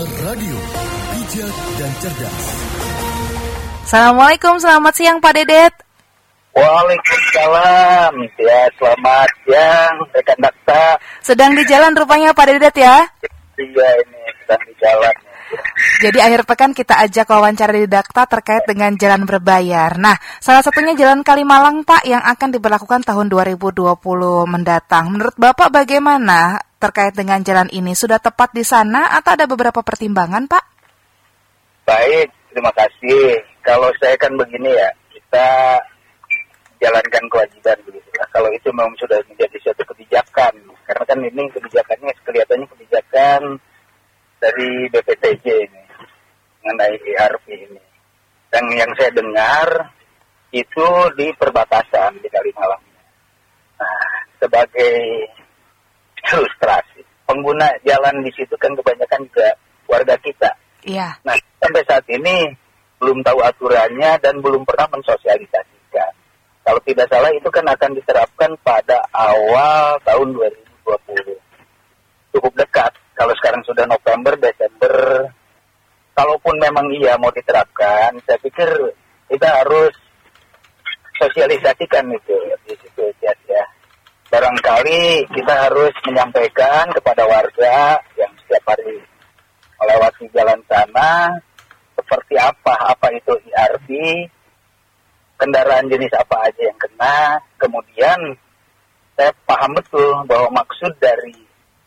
Radio, bijak dan cerdas. Assalamualaikum, selamat siang Pak Dedet. Waalaikumsalam. Ya, selamat siang rekan Dakta. Sedang di jalan rupanya Pak Dedet ya? Iya, ini sedang di jalan. Jadi akhir pekan kita ajak wawancara di Dakta terkait dengan jalan berbayar. Nah, salah satunya Jalan Kalimalang Pak yang akan diberlakukan tahun 2020 mendatang. Menurut Bapak bagaimana terkait dengan jalan ini? Sudah tepat di sana atau ada beberapa pertimbangan Pak? Baik, terima kasih. Kalau saya kan begini ya, kita jalankan kewajiban begitu. Nah, kalau itu memang sudah menjadi suatu kebijakan, karena kan ini kebijakannya kelihatannya kebijakan dari BPTJ ini mengenai ERP ini. Dan yang saya dengar itu di perbatasan di Kalimalang. Nah, sebagai ilustrasi, pengguna jalan di situ kan kebanyakan juga warga kita. Iya. Nah, sampai saat ini belum tahu aturannya dan belum pernah mensosialisasikan. Kalau tidak salah itu kan akan diterapkan pada awal tahun 2020. Cukup dekat. Kalau sekarang sudah November, Desember, kalaupun memang iya mau diterapkan, saya pikir kita harus sosialisasikan itu di situ ya. Barangkali kita harus menyampaikan kepada warga yang setiap hari melewati jalan sana seperti apa itu ERP, kendaraan jenis apa aja yang kena. Kemudian saya paham betul bahwa maksud dari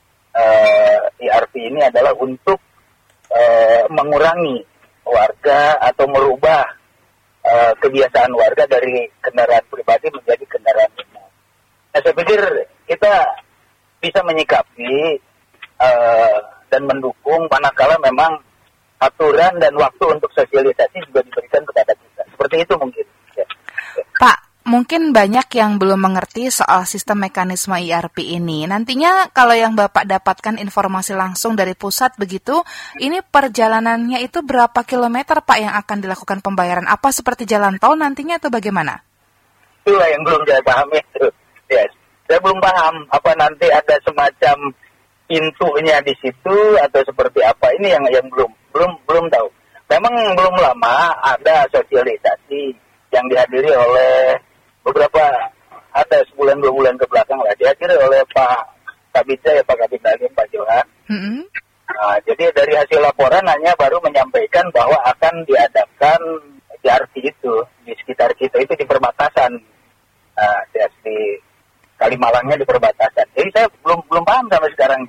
ERP ini adalah untuk mengurangi warga atau merubah kebiasaan warga dari kendaraan pribadi menjadi kendaraan umum. Nah, saya pikir kita bisa menyikapi dan mendukung manakala memang aturan dan waktu untuk sosialisasi juga diberikan kepada kita. Seperti itu mungkin. Ya. Pak, mungkin banyak yang belum mengerti soal sistem mekanisme ERP ini. Nantinya kalau yang Bapak dapatkan informasi langsung dari pusat begitu, ini perjalanannya itu berapa kilometer Pak yang akan dilakukan pembayaran? Apa seperti jalan tol nantinya atau bagaimana? Itulah yang belum saya pahami itu. Yes. Saya belum paham apa nanti ada semacam pintunya di situ atau seperti apa. Ini yang belum tahu. Memang belum lama ada sosialisasi yang dihadiri oleh beberapa, ada sebulan 2 bulan ke belakang lah, dihadiri oleh Pak Kabita ya, Pak Kabita Pak Johan. Mm-hmm. Nah, jadi dari hasil laporan hanya baru menyampaikan bahwa akan diadakan ERP itu di sekitar kita itu di perbatasan, di Kalimalangnya di perbatasan. Jadi saya belum paham sampai sekarang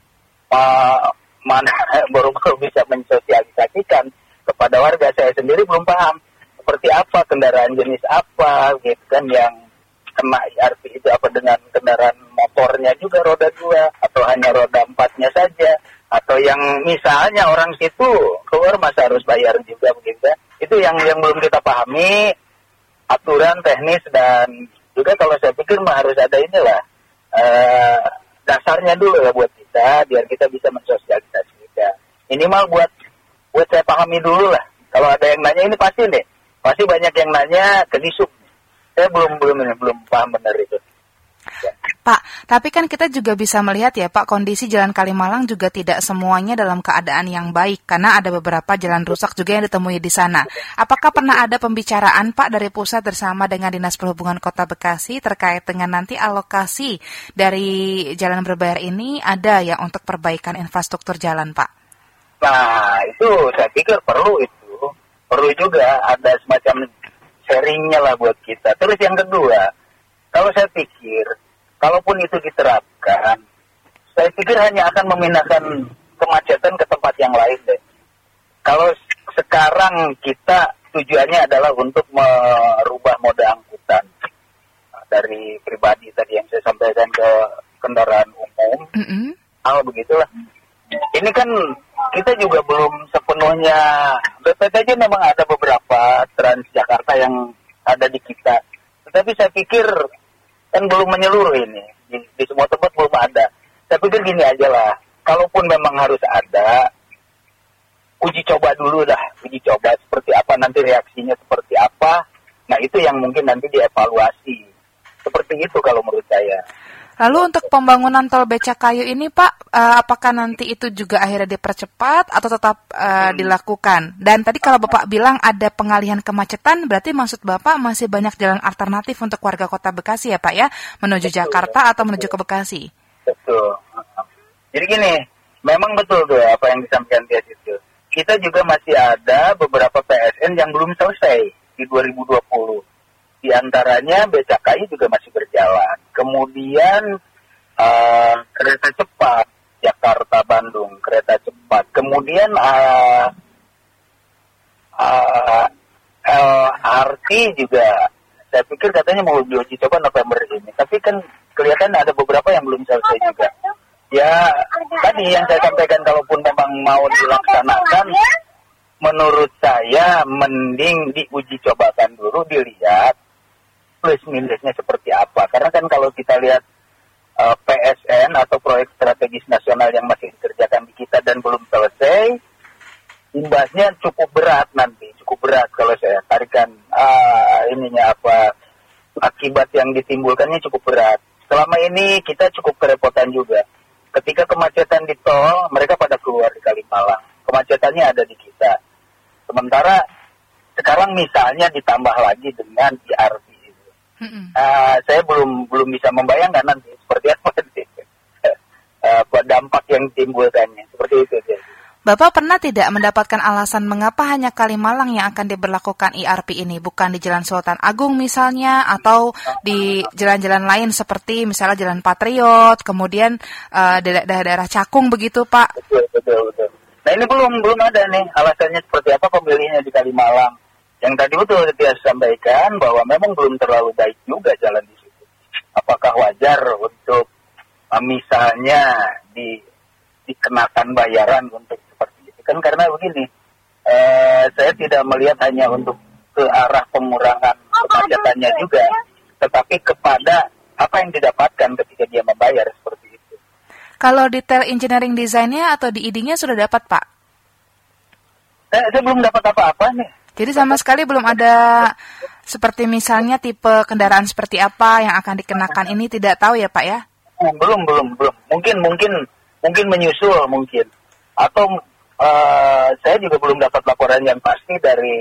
mana baru bisa mensosialisasikan kepada warga. Saya sendiri belum paham seperti apa, kendaraan jenis apa gitu kan yang kena ERP itu, apa dengan kendaraan motornya juga roda 2 atau hanya roda 4-nya saja, atau yang misalnya orang situ keluar masa harus bayar juga begitu. Itu yang belum kita pahami, aturan teknis, dan juga kalau saya pikir harus ada inilah dasarnya dulu ya buat kita biar kita bisa mensosialisasikan. Minimal buat saya pahami dulu lah. Kalau ada yang nanya ini pasti banyak yang nanya ke Disub. Saya belum paham benar itu. Ya. Pak, tapi kan kita juga bisa melihat ya Pak, kondisi Jalan Kalimalang juga tidak semuanya dalam keadaan yang baik, karena ada beberapa jalan rusak juga yang ditemui di sana. Apakah pernah ada pembicaraan Pak dari pusat bersama dengan Dinas Perhubungan Kota Bekasi terkait dengan nanti alokasi dari jalan berbayar ini ada ya untuk perbaikan infrastruktur jalan Pak? Nah, itu saya pikir perlu juga ada semacam sharingnya lah buat kita. Terus yang kedua, kalau saya pikir, kalaupun itu diterapkan, saya pikir hanya akan memindahkan kemacetan ke tempat yang lain deh. Kalau sekarang kita tujuannya adalah untuk merubah moda angkutan dari pribadi tadi yang saya sampaikan ke kendaraan umum, hal begitulah. Ini kan kita juga belum sepenuhnya, BPTJ memang ada beberapa Transjakarta yang ada di kita, tetapi saya pikir kan belum menyeluruh ini, di semua tempat belum ada. Saya pikir gini aja lah, kalaupun memang harus ada, uji coba dulu seperti apa, nanti reaksinya seperti apa. Nah itu yang mungkin nanti dievaluasi, seperti itu kalau menurut saya. Lalu untuk pembangunan tol Becakayu ini Pak, apakah nanti itu juga akhirnya dipercepat atau tetap dilakukan? Dan tadi kalau Bapak bilang ada pengalihan kemacetan, berarti maksud Bapak masih banyak jalan alternatif untuk warga Kota Bekasi ya Pak ya, menuju Jakarta atau menuju ke Bekasi? Betul. Jadi gini, memang betul tuh apa yang disampaikan Tias itu. Kita juga masih ada beberapa PSN yang belum selesai di 2020. Di antaranya Becakayu juga masih berjalan. Kemudian kereta cepat Jakarta-Bandung, kereta cepat. Kemudian LRT juga, saya pikir katanya mau diuji coba November ini. Tapi kan kelihatan ada beberapa yang belum selesai juga. Ya, tadi yang saya sampaikan, kalaupun memang mau dilaksanakan, menurut saya mending diuji cobakan dulu, dilihat plus minusnya seperti apa. Karena kan kalau kita lihat PSN atau proyek strategis nasional yang masih dikerjakan di kita dan belum selesai, imbasnya cukup berat nanti, cukup berat kalau saya tarikan akibat yang ditimbulkannya cukup berat. Selama ini kita cukup kerepotan juga. Ketika kemacetan di tol, mereka pada keluar di Kalimalang. Kemacetannya ada di kita. Sementara sekarang misalnya ditambah lagi dengan IRT. Saya belum bisa membayangkan nanti seperti apa dampak yang timbulkannya. Seperti itu. Bapak pernah tidak mendapatkan alasan mengapa hanya Kalimalang yang akan diberlakukan IRP ini, bukan di Jalan Sultan Agung misalnya, atau di jalan-jalan lain seperti misalnya Jalan Patriot, kemudian daerah-daerah Cakung begitu, Pak? Betul. Nah ini belum ada nih alasannya seperti apa pemilihnya di Kalimalang. Yang tadi betul dia sampaikan bahwa memang belum terlalu baik juga jalan di situ. Apakah wajar untuk misalnya dikenakan bayaran untuk seperti itu? Kan karena begini, saya tidak melihat hanya untuk ke arah pengurangan kemacetannya juga, tetapi kepada apa yang didapatkan ketika dia membayar seperti itu. Kalau detail engineering design-nya atau di ID-nya sudah dapat, Pak? Saya belum dapat apa-apa nih. Jadi sama sekali belum ada seperti misalnya tipe kendaraan seperti apa yang akan dikenakan ini, tidak tahu ya Pak ya? Belum. Mungkin menyusul mungkin. Atau saya juga belum dapat laporan yang pasti dari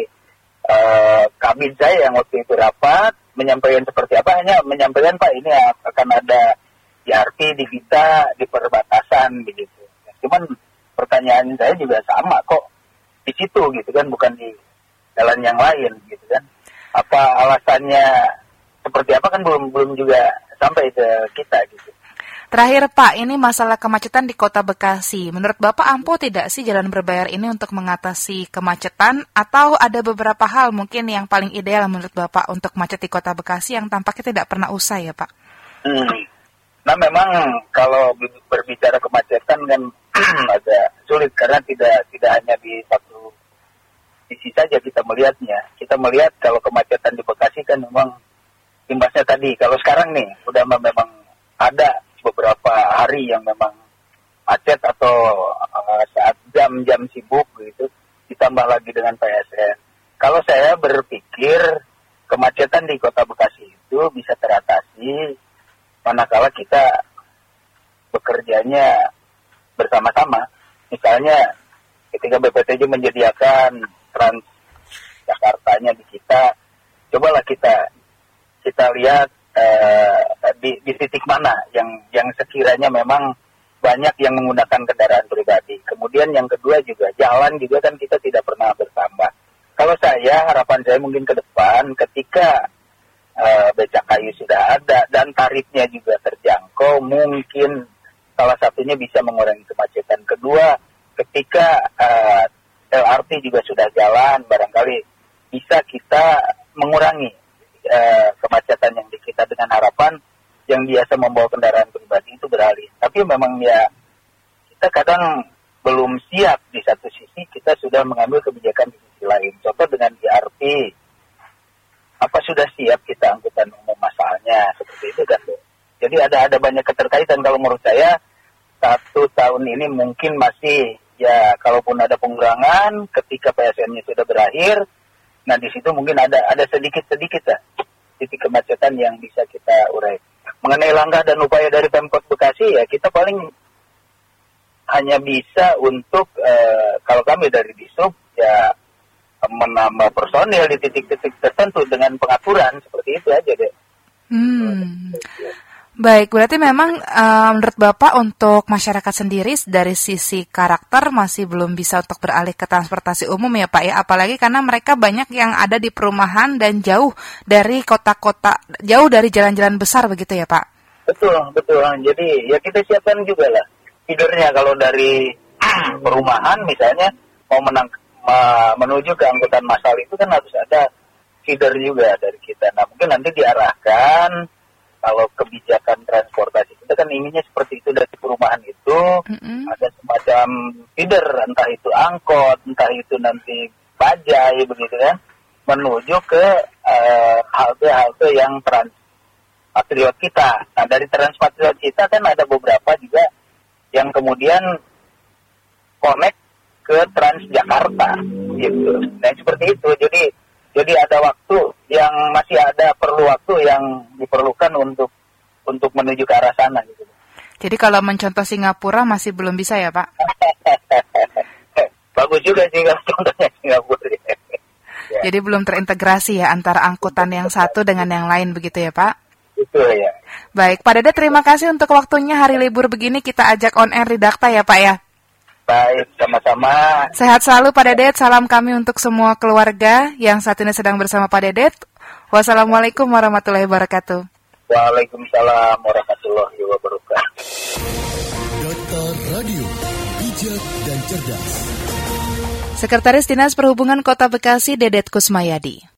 kabin saya yang waktu itu rapat menyampaikan seperti apa, hanya menyampaikan Pak ini akan ada IRT di kita di perbatasan begitu. Cuman pertanyaan saya juga sama kok di situ gitu kan, bukan di jalan yang lain gitu kan. Apa alasannya seperti apa kan belum juga sampai ke kita gitu. Terakhir Pak, ini masalah kemacetan di Kota Bekasi. Menurut Bapak ampuh tidak sih jalan berbayar ini untuk mengatasi kemacetan, atau ada beberapa hal mungkin yang paling ideal menurut Bapak untuk macet di Kota Bekasi yang tampaknya tidak pernah usai ya Pak? Nah memang kalau berbicara kemacetan kan agak sulit karena tidak hanya di satu sisi saja kita melihatnya. Kita melihat kalau kemacetan di Bekasi kan memang imbasnya tadi. Kalau sekarang nih udah memang ada beberapa hari yang memang macet atau saat jam-jam sibuk gitu, ditambah lagi dengan PSN. Kalau saya berpikir kemacetan di Kota Bekasi itu bisa teratasi manakala kita bekerjanya bersama-sama. Misalnya ketika BPTJ menyediakan Transjakartanya di kita, cobalah kita lihat di titik mana yang sekiranya memang banyak yang menggunakan kendaraan pribadi. Kemudian yang kedua juga jalan juga kan kita tidak pernah bertambah. Kalau saya, harapan saya mungkin ke depan ketika Becakayu sudah ada dan tarifnya juga terjangkau, mungkin salah satunya bisa mengurangi kemacetan. Kedua, ketika LRT juga sudah jalan, barangkali bisa kita mengurangi kemacetan yang di kita dengan harapan yang biasa membawa kendaraan pribadi itu beralih. Tapi memang ya kita kadang belum siap di satu sisi, kita sudah mengambil kebijakan di sisi lain. Contoh dengan IRT, apa sudah siap kita angkutan umum masalnya seperti itu kan? Jadi ada banyak keterkaitan. Kalau menurut saya 1 tahun ini mungkin masih ya, kalaupun ada pengurangan ketika PSN-nya sudah berakhir, nah di situ mungkin ada sedikit lah titik kemacetan yang bisa kita urai. mengenai langkah dan upaya dari Pemkot Bekasi, ya kita paling hanya bisa untuk kalau kami dari Disub ya menambah personil di titik-titik tertentu dengan pengaturan seperti itu aja deh. Baik, berarti memang menurut Bapak untuk masyarakat sendiri dari sisi karakter masih belum bisa untuk beralih ke transportasi umum ya Pak ya, apalagi karena mereka banyak yang ada di perumahan dan jauh dari kota-kota, jauh dari jalan-jalan besar begitu ya Pak? Betul. Jadi ya kita siapkan juga lah feedernya kalau dari perumahan misalnya mau menuju ke angkutan massal itu kan harus ada feeder juga dari kita. Nah mungkin nanti diarahkan kalau kebijakan transportasi kita kan inginnya seperti itu dari perumahan itu ada semacam feeder, entah itu angkot, entah itu nanti bajai begitu kan, menuju ke halte-halte yang Transpatriot kita. Nah dari Transpatriot kita kan ada beberapa juga yang kemudian connect ke Transjakarta gitu. Nah seperti itu. Jadi ada waktu yang masih ada perlu waktu yang diperlukan untuk menuju ke arah sana gitu. Jadi kalau mencontoh Singapura masih belum bisa ya Pak? Bagus juga sih kalau contohnya Singapura. Ya. Jadi belum terintegrasi ya antara angkutan yang satu dengan yang lain begitu ya Pak? Betul ya. Baik, Pak Dedet terima kasih untuk waktunya hari libur begini kita ajak on air di Dakta ya Pak ya. Baik, sama-sama. Sehat selalu Pak Dedet, salam kami untuk semua keluarga yang saat ini sedang bersama Pak Dedet. Wassalamualaikum warahmatullahi wabarakatuh. Waalaikumsalam warahmatullahi wabarakatuh. Dakta Radio, bijak dan cerdas. Sekretaris Dinas Perhubungan Kota Bekasi Dedet Kusmayadi.